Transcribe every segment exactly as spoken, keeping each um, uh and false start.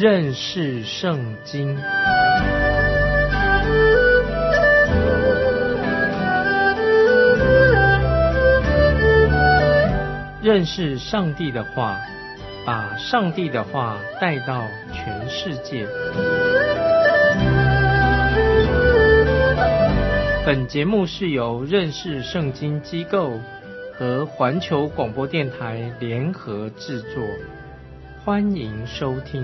认识圣经。认识上帝的话，把上帝的话带到全世界。本节目是由认识圣经机构和环球广播电台联合制作，欢迎收听。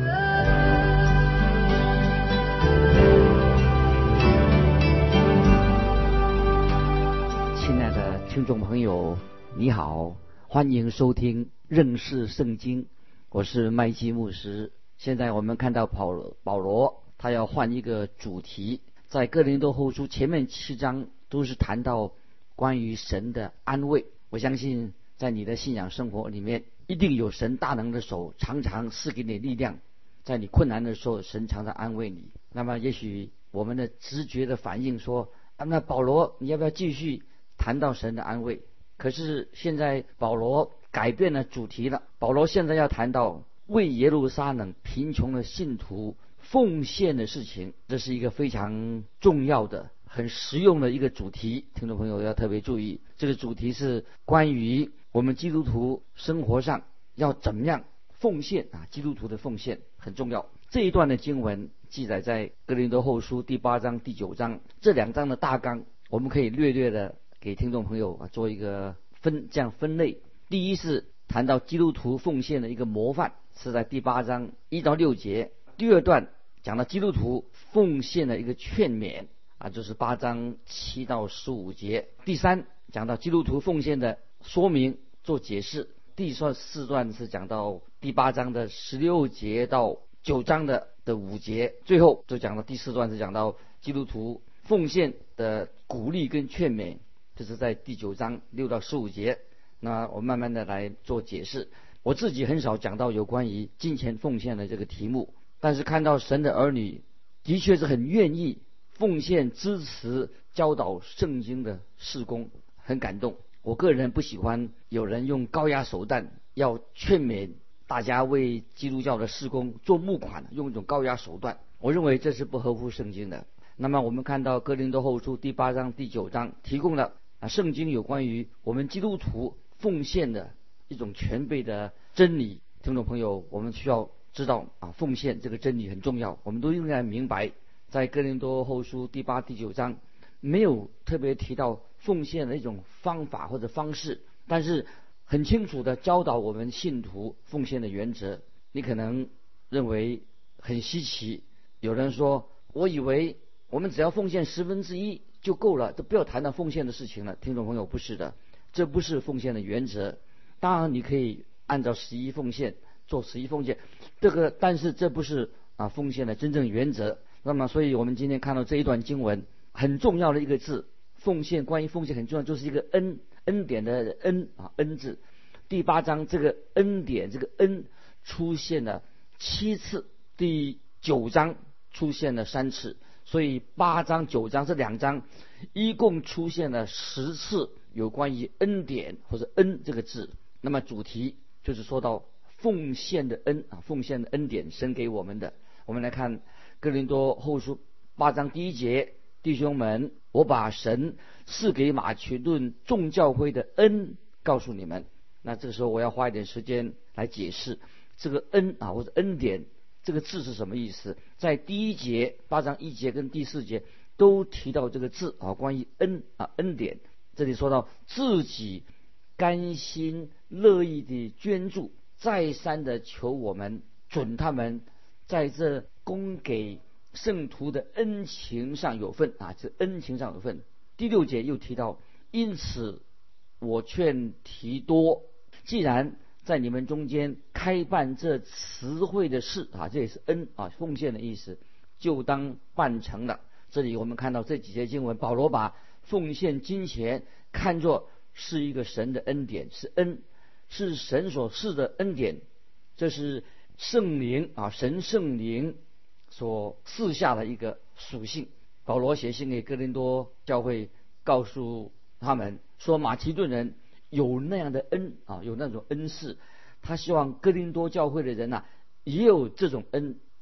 亲爱的听众朋友，你好，欢迎收听认识圣经，我是麦基牧师。现在我们看到保罗，保罗他要换一个主题，在哥林多后书前面七章都是谈到关于神的安慰。我相信在你的信仰生活里面，一定有神大能的手常常赐给你力量，在你困难的时候，神常常安慰你。那么也许我们的直觉的反应说，啊，那保罗你要不要继续谈到神的安慰？可是现在保罗改变了主题了，保罗现在要谈到为耶路撒冷贫穷的信徒奉献的事情，这是一个非常重要的很实用的一个主题，听众朋友要特别注意。这个主题是关于我们基督徒生活上要怎么样奉献啊，基督徒的奉献很重要。这一段的经文记载在哥林多后书第八章第九章，这两章的大纲我们可以略略的给听众朋友啊做一个分这样分类。第一是谈到基督徒奉献的一个模范，是在第八章一到六节。第二段讲到基督徒奉献的一个劝勉啊，就是八章七到十五节。第三讲到基督徒奉献的说明做解释。第四段是讲到第八章的十六节到九章的的五节。最后就讲到第四段是讲到基督徒奉献的鼓励跟劝勉，就是在第九章六到十五节。那我慢慢的来做解释。我自己很少讲到有关于金钱奉献的这个题目，但是看到神的儿女的确是很愿意奉献支持教导圣经的事工，很感动。我个人不喜欢有人用高压手段要劝勉大家为基督教的事工做募款，用一种高压手段，我认为这是不合乎圣经的。那么我们看到哥林多后书第八章第九章提供了啊圣经有关于我们基督徒奉献的一种全备的真理。听众朋友，我们需要知道啊，奉献这个真理很重要，我们都应该明白。在哥林多后书第八第九章没有特别提到奉献的一种方法或者方式，但是很清楚的教导我们信徒奉献的原则。你可能认为很稀奇，有人说我以为我们只要奉献十分之一就够了，都不要谈到奉献的事情了。听众朋友，不是的，这不是奉献的原则。当然你可以按照十一奉献做十一奉献，这个但是这不是啊奉献的真正原则。那么所以我们今天看到这一段经文很重要的一个字，奉献，关于奉献很重要，就是一个恩恩典的恩啊恩字。第八章这个恩典这个恩出现了七次，第九章出现了三次，所以八章九章这两章一共出现了十次有关于恩典或者恩这个字。那么主题就是说到奉献的恩啊，奉献的恩典，神给我们的。我们来看哥林多后书八章第一节，弟兄们，我把神赐给马其顿众教会的恩告诉你们。那这个时候我要花一点时间来解释这个恩啊或者恩典这个字是什么意思。在第一节八章一节跟第四节都提到这个字啊，关于恩啊恩典。这里说到自己甘心乐意的捐助，再三的求我们准他们在这供给圣徒的恩情上有份啊，这恩情上有份。第六节又提到，因此我劝提多，既然在你们中间开办这慈惠的事啊，这也是恩啊奉献的意思，就当办成了。这里我们看到这几节经文，保罗把奉献金钱看作是一个神的恩典，是恩，是神所赐的恩典，这是圣灵啊，神圣灵所赐下的一个属性。保罗写信给哥林多教会，告诉他们说，马其顿人有那样的恩啊，有那种恩赐，他希望哥林多教会的人呐、啊，也有这种恩，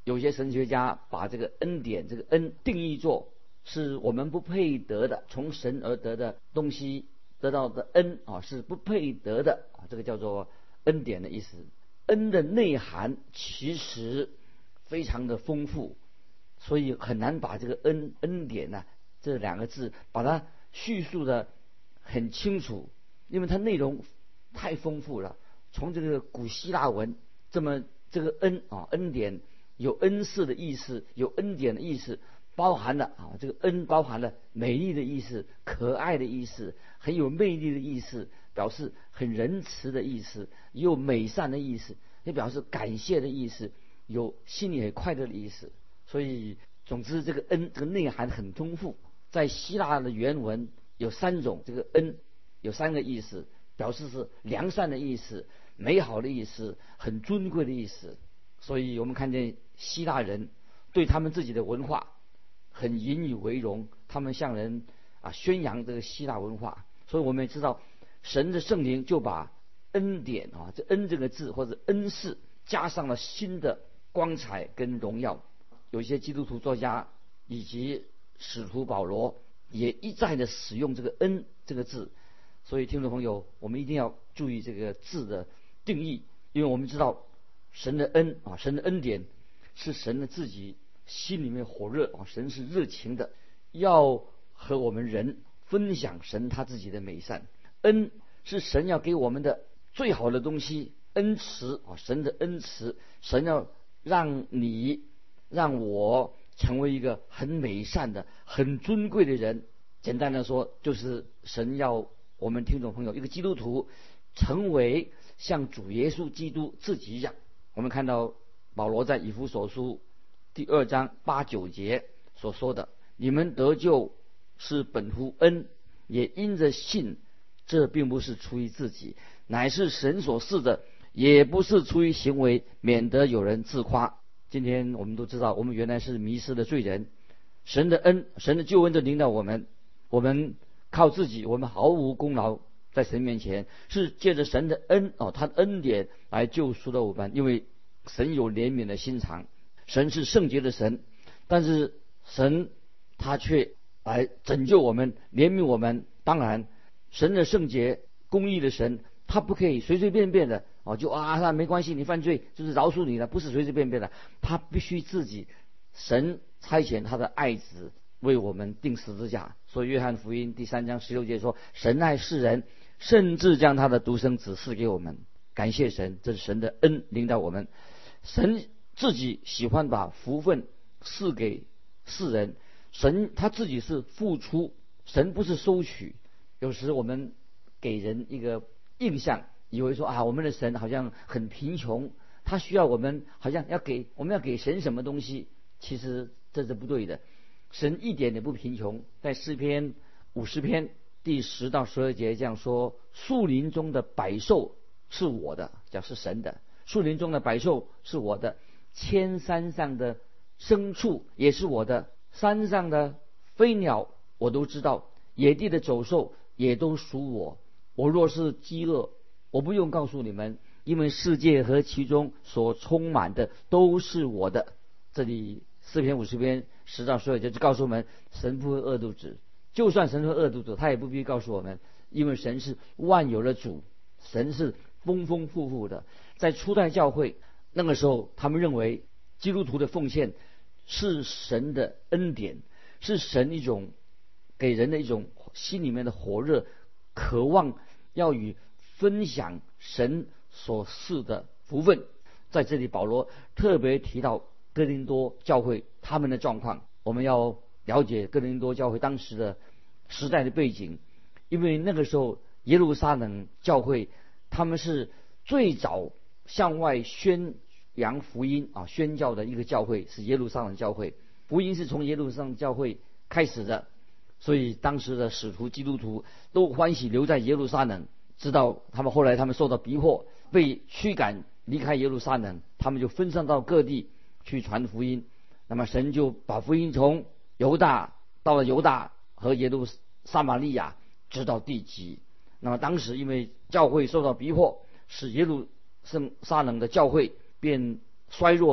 有些神学家把这个恩典，这个恩定义作是我们不配得的，从神而得的东西得到的恩啊，是不配得的啊，这个叫做恩典的意思。恩的内涵其实非常的丰富，所以很难把这个恩恩典呢、啊、这两个字把它叙述的很清楚，因为它内容太丰富了。从这个古希腊文，这么这个恩啊恩典有恩赐的意思，有恩典的意思，包含了啊这个恩包含了美丽的意思、可爱的意思、很有魅力的意思，表示很仁慈的意思，也有美善的意思，也表示感谢的意思，有心里很快乐的意思。所以总之这个恩这个内涵很丰富。在希腊的原文有三种，这个恩有三个意思，表示是良善的意思、美好的意思、很尊贵的意思。所以我们看见希腊人对他们自己的文化很引以为荣，他们向人啊宣扬这个希腊文化。所以我们也知道神的圣灵就把恩典啊这恩这个字或者恩赐加上了新的光彩跟荣耀。有些基督徒作家以及使徒保罗也一再的使用这个恩这个字。所以听众朋友，我们一定要注意这个字的定义，因为我们知道神的恩啊，神的恩典是神的自己心里面火热啊，神是热情的，要和我们人分享神他自己的美善。恩是神要给我们的最好的东西，恩慈啊，神的恩慈，神要让你让我成为一个很美善的、很尊贵的人。简单的说，就是神要我们听众朋友一个基督徒成为像主耶稣基督自己一样。我们看到保罗在以弗所书第二章八九节所说的：你们得救是本乎恩，也因着信，这并不是出于自己，乃是神所赐的，也不是出于行为，免得有人自夸。今天我们都知道，我们原来是迷失的罪人，神的恩，神的救恩就临到我们，我们靠自己，我们毫无功劳，在神面前是借着神的恩哦，他的恩典来救赎了我们。因为神有怜悯的心肠，神是圣洁的神，但是神他却来拯救我们，怜悯我们。当然神的圣洁公义的神，他不可以随随便便的哦，就啊那没关系，你犯罪就是饶恕你了，不是随随便便的，他必须自己，神差遣他的爱子为我们钉十字架。所以约翰福音第三章十六节说，神爱世人，甚至将他的独生子赐给我们。感谢神，这是神的恩领导我们。神自己喜欢把福分赐给世人，神他自己是付出，神不是收取。有时我们给人一个印象，以为说啊，我们的神好像很贫穷，他需要我们好像要给我们要给神什么东西。其实这是不对的，神一点也不贫穷。在诗篇五十篇第十到十二节这样说：树林中的百兽是我的，讲是神的，树林中的百兽是我的，千山上的牲畜也是我的，山上的飞鸟我都知道，野地的走兽也都属我。我若是饥饿，我不用告诉你们，因为世界和其中所充满的都是我的。这里诗篇五十篇十到十二节就告诉我们，神不会饿肚子，就算神会饿肚子，他也不必须告诉我们，因为神是万有的主，神是丰丰富富的。在初代教会那个时候，他们认为基督徒的奉献是神的恩典，是神一种给人的一种心里面的火热，渴望要与分享神所赐的福分。在这里保罗特别提到哥林多教会他们的状况，我们要了解哥林多教会当时的时代的背景，因为那个时候耶路撒冷教会他们是最早向外宣扬福音啊宣教的一个教会，是耶路撒冷教会，福音是从耶路撒冷教会开始的。所以当时的使徒基督徒都欢喜留在耶路撒冷，直到他们后来他们受到逼迫，被驱赶离开耶路撒冷，他们就分散到各地去传福音。那么神就把福音从犹大到了犹大和耶路撒玛利亚直到地极。那么当时因为教会受到逼迫，使耶路撒冷的教会变衰弱的，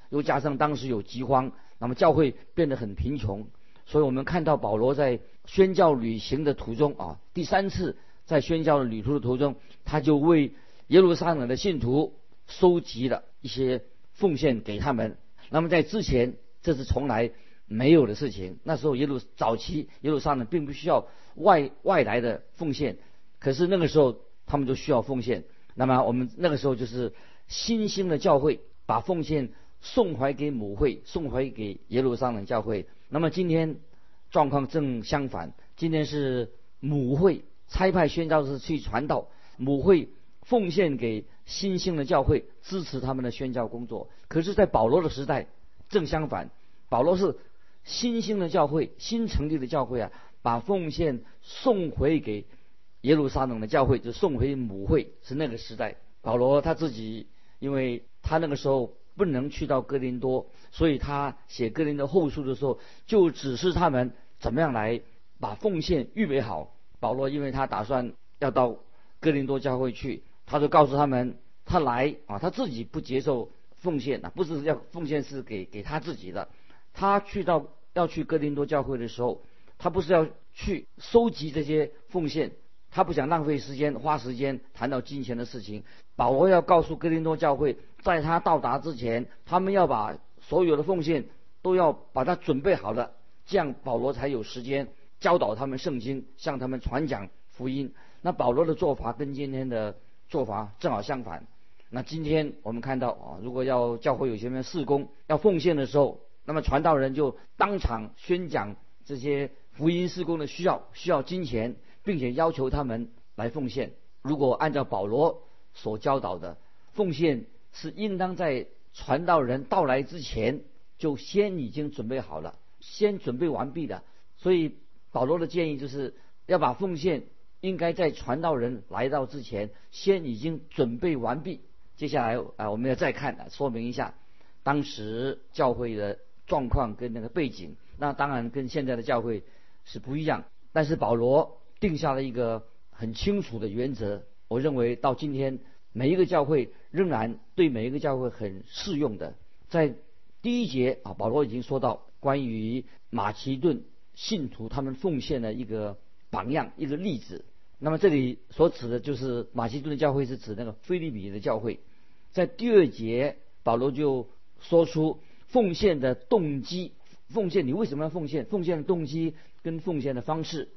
又加上当时有饥荒，那么教会变得很贫穷。所以我们看到保罗在宣教旅行的途中啊，第三次在宣教的旅途的途中，他就为耶路撒冷的信徒收集了一些奉献给他们。那么在之前这是从来没有的事情，那时候耶路早期耶路撒冷并不需要外外来的奉献，可是那个时候他们就需要奉献。那么我们那个时候就是新兴的教会把奉献送回给母会，送回给耶路撒冷教会。那么今天状况正相反，今天是母会差派宣教士去传道，母会奉献给新兴的教会，支持他们的宣教工作。可是在保罗的时代正相反，保罗是新兴的教会，新成立的教会啊，把奉献送回给耶路撒冷的教会，就送回母会。是那个时代保罗他自己，因为他那个时候不能去到哥林多，所以他写哥林多后书的时候就指示他们怎么样来把奉献预备好。保罗因为他打算要到哥林多教会去，他就告诉他们他来啊，他自己不接受奉献啊，不是要奉献是给给他自己的。他去到要去哥林多教会的时候，他不是要去收集这些奉献，他不想浪费时间花时间谈到金钱的事情。保罗要告诉哥林多教会，在他到达之前，他们要把所有的奉献都要把它准备好了，这样保罗才有时间教导他们圣经，向他们传讲福音。那保罗的做法跟今天的做法正好相反。那今天我们看到啊，如果要教会有些人事工要奉献的时候，那么传道人就当场宣讲这些福音事工的需要，需要金钱，并且要求他们来奉献。如果按照保罗所教导的，奉献是应当在传道人到来之前就先已经准备好了，先准备完毕的。所以保罗的建议就是要把奉献应该在传道人来到之前先已经准备完毕。接下来啊，我们要再看啊，说明一下当时教会的状况跟那个背景。那当然跟现在的教会是不一样，但是保罗定下了一个很清楚的原则，我认为到今天每一个教会仍然对每一个教会很适用的。在第一节啊，保罗已经说到关于马其顿信徒他们奉献的一个榜样，一个例子。那么这里所指的就是马其顿的教会，是指那个腓立比的教会。在第二节保罗就说出奉献的动机，奉献你为什么要奉献，奉献的动机跟奉献的方式。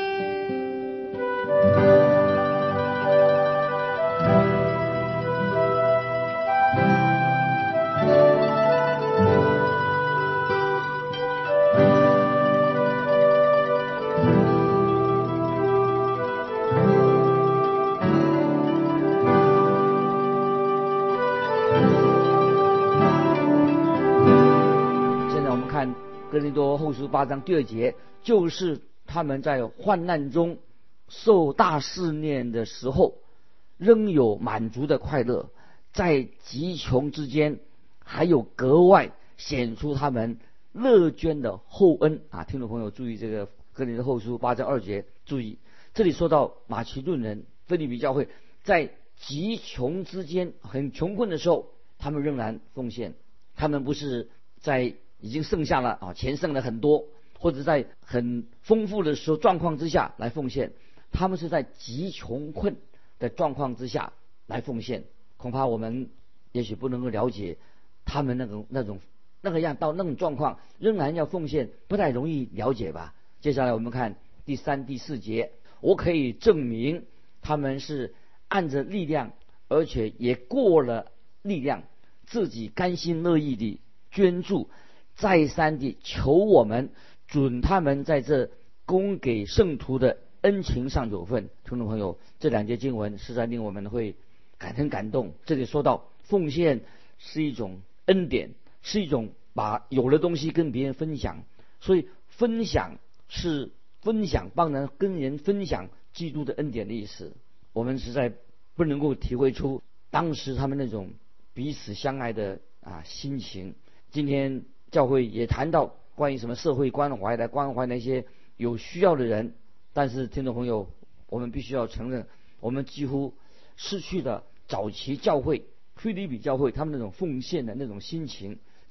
哥林多后书八章第二节，就是他们在患难中受大试炼的时候，仍有满足的快乐，在极穷之间还有格外显出他们乐捐的厚恩啊！听众朋友注意，这个哥林多后书八章二节，注意这里说到马其顿人腓立比教会在极穷之间，很穷困的时候，他们仍然奉献。他们不是在已经剩下了啊，钱剩了很多，或者在很丰富的时候状况之下来奉献，他们是在极穷困的状况之下来奉献。恐怕我们也许不能够了解他们那种那种那个样到那种状况仍然要奉献，不太容易了解吧。接下来我们看第三、第四节，我可以证明他们是按着力量，而且也过了力量，自己甘心乐意地捐助，再三地求我们准他们在这供给圣徒的恩情上有份。听众朋友，这两节经文实在令我们会感很感动。这里说到奉献是一种恩典，是一种把有的东西跟别人分享，所以分享是分享，帮人跟人分享基督的恩典的意思。我们实在不能够体会出当时他们那种彼此相爱的啊心情。今天教会也谈到关于什么社会关怀，来关怀那些有需要的人，但是听众朋友，我们必须要承认，我们几乎失去了早期教会腓立比教会他们那种奉献的那种心情。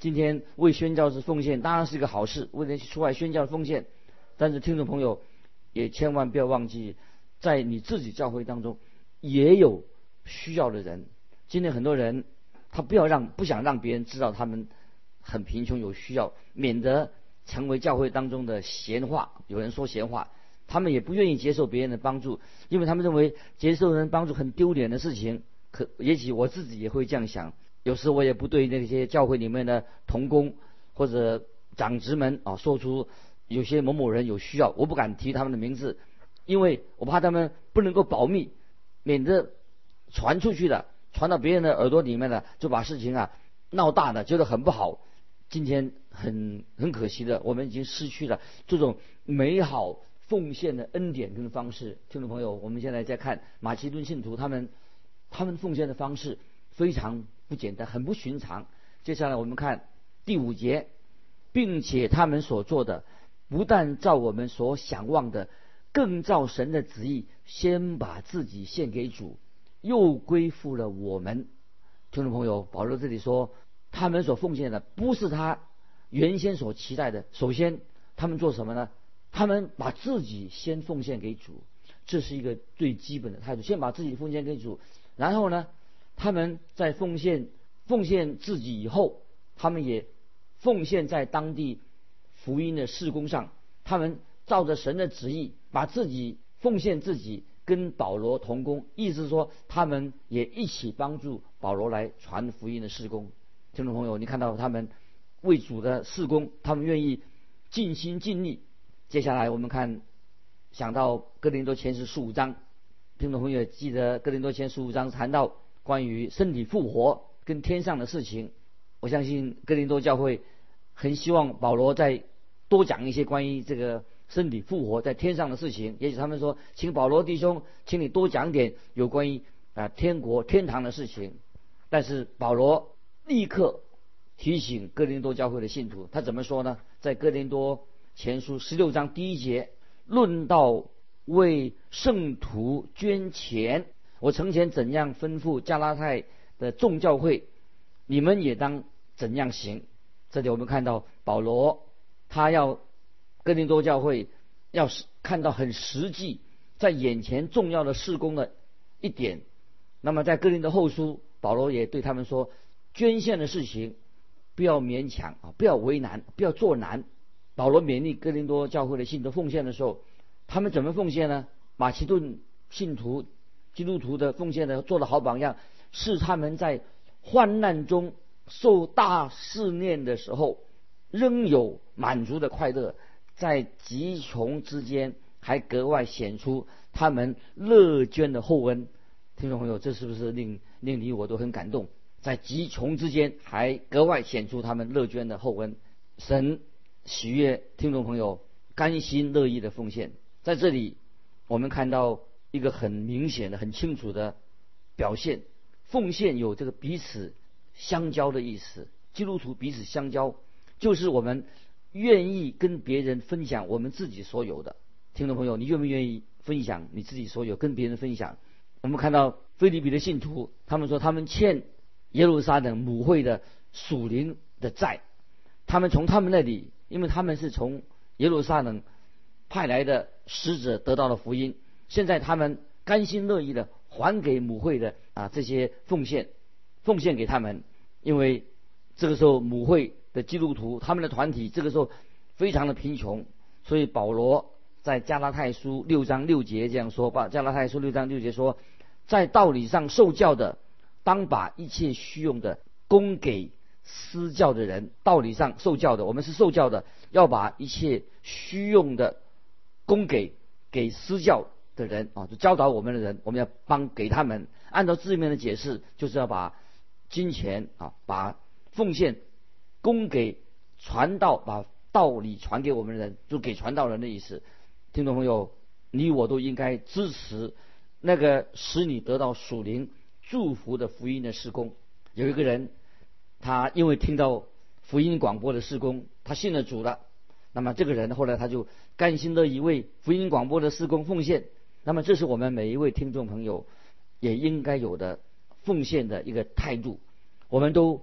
今天为宣教士奉献当然是一个好事，为人出来宣教奉献，但是听众朋友也千万不要忘记，在你自己教会当中也有需要的人。今天很多人他不要让不想让别人知道他们很贫穷有需要，免得成为教会当中的闲话。有人说闲话，他们也不愿意接受别人的帮助，因为他们认为接受人帮助很丢脸的事情。可也许我自己也会这样想，有时我也不对那些教会里面的同工或者长职们啊说出有些某某人有需要，我不敢提他们的名字，因为我怕他们不能够保密，免得传出去了，传到别人的耳朵里面了，就把事情啊闹大了，觉得很不好。今天很很可惜的，我们已经失去了这种美好奉献的恩典跟方式。听众朋友，我们现在在看马其顿信徒，他们他们奉献的方式非常不简单，很不寻常。接下来我们看第五节，并且他们所做的不但照我们所想望的，更照神的旨意，先把自己献给主，又归附了我们。听众朋友，保罗这里说他们所奉献的不是他原先所期待的。首先他们做什么呢？他们把自己先奉献给主，这是一个最基本的态度，先把自己奉献给主。然后呢，他们在奉献奉献自己以后，他们也奉献在当地福音的事工上。他们照着神的旨意，把自己奉献自己，跟保罗同工，意思是说他们也一起帮助保罗来传福音的事工。听众朋友，你看到他们为主的事工，他们愿意尽心尽力。接下来我们看，想到哥林多前书十五章，听众朋友也记得哥林多前十五章谈到关于身体复活跟天上的事情。我相信哥林多教会很希望保罗再多讲一些关于这个身体复活在天上的事情。也许他们说，请保罗弟兄，请你多讲点有关于啊天国天堂的事情。但是保罗立刻提醒哥林多教会的信徒，他怎么说呢？在哥林多前书十六章第一节，论到为圣徒捐钱，我从前怎样吩咐加拉太的众教会，你们也当怎样行。这里我们看到保罗他要哥林多教会要看到很实际在眼前重要的事工的一点。那么在哥林多后书，保罗也对他们说，捐献的事情不要勉强啊，不要为难，不要做难。保罗勉励哥林多教会的信徒奉献的时候，他们怎么奉献呢？马其顿信徒基督徒的奉献呢，做的好榜样是他们在患难中受大试炼的时候，仍有满足的快乐，在极穷之间还格外显出他们乐捐的厚恩。听众朋友，这是不是令令你我都很感动？在极穷之间还格外显出他们乐捐的厚恩。神喜悦听众朋友甘心乐意的奉献。在这里我们看到一个很明显的很清楚的表现，奉献有这个彼此相交的意思。基督徒彼此相交，就是我们愿意跟别人分享我们自己所有的。听众朋友，你愿不愿意分享你自己所有，跟别人分享？我们看到腓立比的信徒，他们说他们欠耶路撒冷母会的属灵的债，他们从他们那里，因为他们是从耶路撒冷派来的使者得到了福音，现在他们甘心乐意的还给母会的啊这些奉献，奉献给他们。因为这个时候母会的基督徒，他们的团体这个时候非常的贫穷，所以保罗在加拉太书六章六节这样说吧，加拉太书六章六节说，在道理上受教的，当把一切虚用的供给私教的人。道理上受教的，我们是受教的，要把一切虚用的供给给私教的人啊，就教导我们的人，我们要帮给他们。按照字面的解释，就是要把金钱啊，把奉献供给传道，把道理传给我们的人，就给传道人的意思。听众朋友，你我都应该支持那个使你得到属灵祝福的福音的事工。有一个人，他因为听到福音广播的事工，他信了主了。那么这个人后来他就甘心乐意为福音广播的事工奉献。那么这是我们每一位听众朋友也应该有的奉献的一个态度。我们都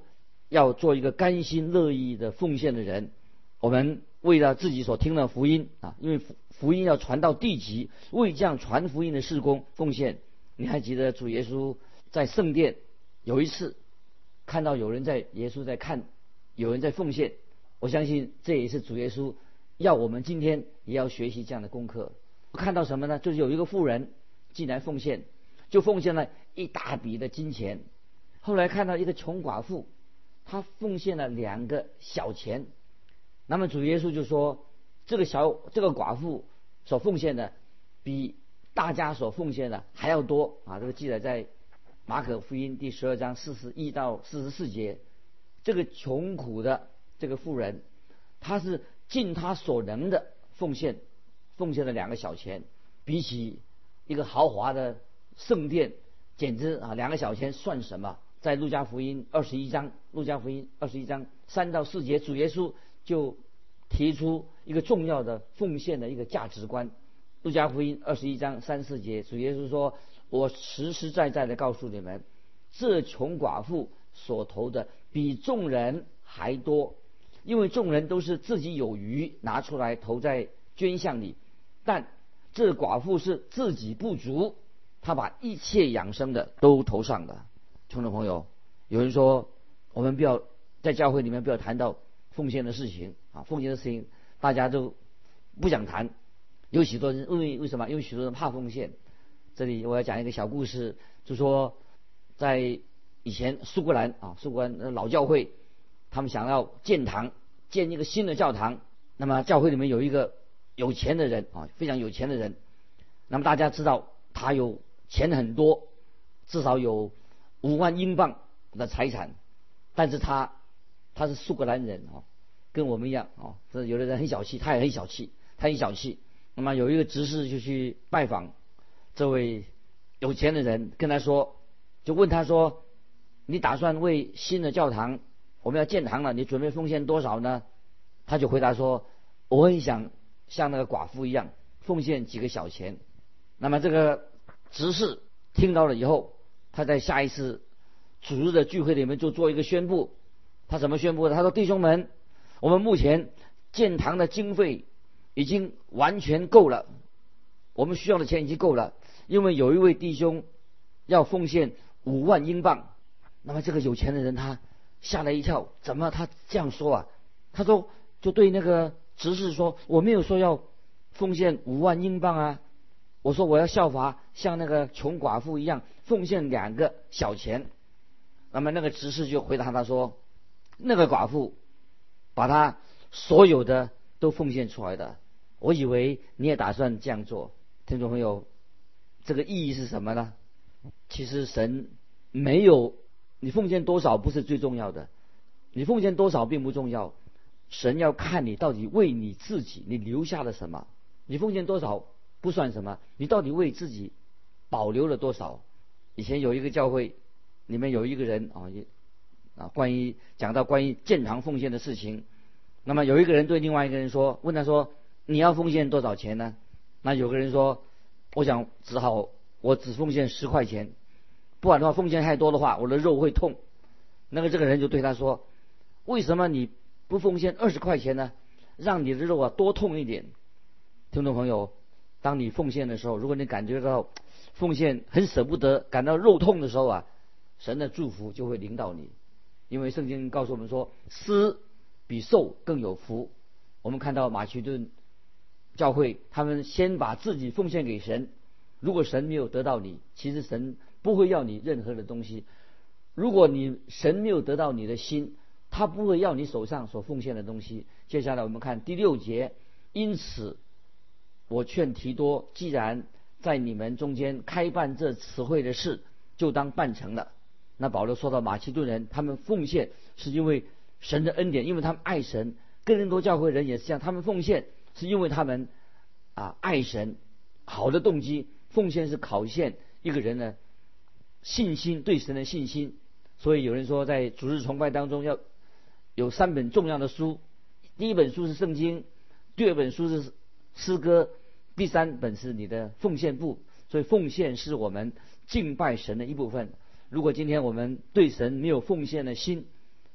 要做一个甘心乐意的奉献的人。我们为了自己所听的福音啊，因为福福音要传到地极，为这样传福音的事工奉献。你还记得主耶稣在圣殿有一次看到有人在耶稣在看，有人在奉献，我相信这也是主耶稣要我们今天也要学习这样的功课。看到什么呢？就是有一个妇人进来奉献，就奉献了一大笔的金钱。后来看到一个穷寡妇，她奉献了两个小钱。那么主耶稣就说，这个小这个寡妇所奉献的比大家所奉献的还要多啊！这个记载在马可福音第十二章四十一到四十四节。这个穷苦的这个妇人，她是尽她所能的奉献，奉献了两个小钱，比起一个豪华的圣殿，简直啊，两个小钱算什么？在路加福音二十一章，路加福音二十一章三到四节，主耶稣就提出一个重要的奉献的一个价值观。路加福音二十一章三四节，主耶稣说：“我实实在在的告诉你们，这穷寡妇所投的比众人还多，因为众人都是自己有余拿出来投在捐项里，但这寡妇是自己不足，她把一切养生的都投上了。”听众朋友，有人说我们不要在教会里面不要谈到奉献的事情啊，奉献的事情大家都不想谈。有许多人为为什么？因为许多人怕奉献。这里我要讲一个小故事，就说在以前苏格兰啊，苏格兰老教会，他们想要建堂，建一个新的教堂。那么教会里面有一个有钱的人啊，非常有钱的人。那么大家知道他有钱很多，至少有五万英镑的财产，但是他他是苏格兰人啊，跟我们一样啊。这有的人很小气，他也很小气，他很小气。那么有一个执事就去拜访这位有钱的人，跟他说，就问他说：“你打算为新的教堂，我们要建堂了，你准备奉献多少呢？”他就回答说：“我很想像那个寡妇一样，奉献几个小钱。”那么这个执事听到了以后，他在下一次主日的聚会里面就做一个宣布。他怎么宣布的？他说：“弟兄们，我们目前建堂的经费已经完全够了，我们需要的钱已经够了，因为有一位弟兄要奉献五万英镑。”那么这个有钱的人他吓了一跳，怎么他这样说啊？他说就对那个执事说：“我没有说要奉献五万英镑啊，我说我要效法像那个穷寡妇一样奉献两个小钱。”那么那个执事就回答他说：“那个寡妇把他所有的都奉献出来的，我以为你也打算这样做。”听众朋友，这个意义是什么呢？其实神没有，你奉献多少不是最重要的，你奉献多少并不重要，神要看你到底为你自己你留下了什么。你奉献多少不算什么，你到底为自己保留了多少。以前有一个教会里面有一个人啊，也啊，关于讲到关于建堂奉献的事情，那么有一个人对另外一个人说，问他说：“你要奉献多少钱呢？”那有个人说：“我想只好我只奉献十块钱，不然的话奉献太多的话，我的肉会痛。”那个这个人就对他说：“为什么你不奉献二十块钱呢？让你的肉啊多痛一点。”听众朋友，当你奉献的时候，如果你感觉到奉献很舍不得，感到肉痛的时候啊，神的祝福就会临到你。因为圣经告诉我们说，施比受更有福。我们看到马其顿教会，他们先把自己奉献给神，如果神没有得到你，其实神不会要你任何的东西。如果你神没有得到你的心，他不会要你手上所奉献的东西。接下来我们看第六节，因此我劝提多，既然在你们中间开办这词汇的事，就当办成了。那保罗说到马其顿人，他们奉献是因为神的恩典，因为他们爱神。哥林多教会人也是这样，他们奉献是因为他们啊爱神，好的动机。奉献是考验一个人的信心，对神的信心。所以有人说，在主日崇拜当中要有三本重要的书，第一本书是圣经，第二本书是诗歌，第三本是你的奉献簿。所以奉献是我们敬拜神的一部分。如果今天我们对神没有奉献的心，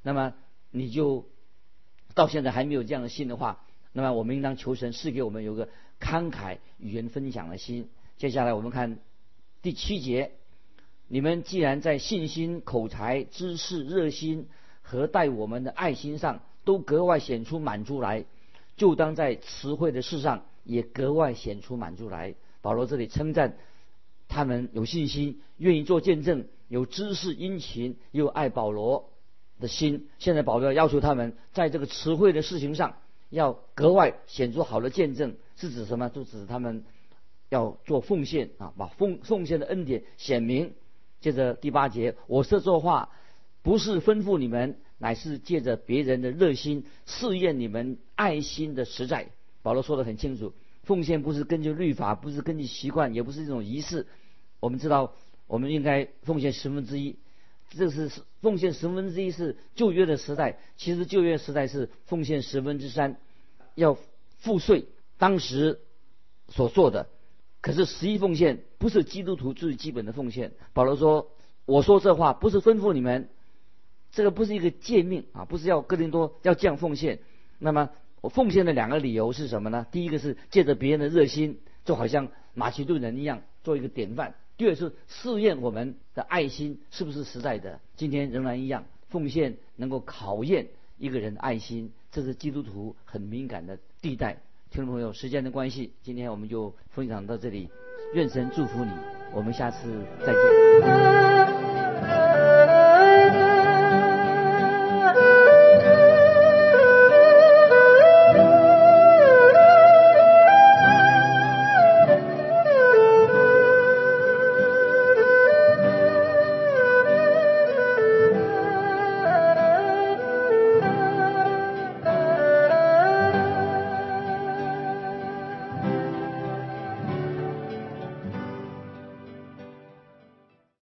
那么你就到现在还没有这样的心的话，那么我们应当求神赐给我们有个慷慨与人分享的心。接下来我们看第七节，你们既然在信心、口才、知识、热心和待我们的爱心上都格外显出满足来，就当在词汇的事上也格外显出满足来。保罗这里称赞他们有信心，愿意做见证，有知识、殷勤，又爱保罗的心。现在保罗要求他们在这个词汇的事情上要格外显出好的见证，是指什么？就指他们要做奉献啊，把奉奉献的恩典显明。接着第八节，我这做话不是吩咐你们，乃是借着别人的热心试验你们爱心的实在。保罗说得很清楚，奉献不是根据律法，不是根据习惯，也不是一种仪式。我们知道我们应该奉献十分之一，这是奉献十分之一是旧约的时代，其实旧约时代是奉献十分之三，要付税当时所做的。可是十一奉献不是基督徒最基本的奉献。保罗说，我说这话不是吩咐你们，这个不是一个诫命啊，不是要哥林多要这样奉献。那么我奉献的两个理由是什么呢？第一个是借着别人的热心，就好像马其顿人一样做一个典范。第二是试验我们的爱心是不是实在的。今天仍然一样，奉献能够考验一个人的爱心，这是基督徒很敏感的地带。听众朋友，时间的关系，今天我们就分享到这里，愿神祝福你，我们下次再见。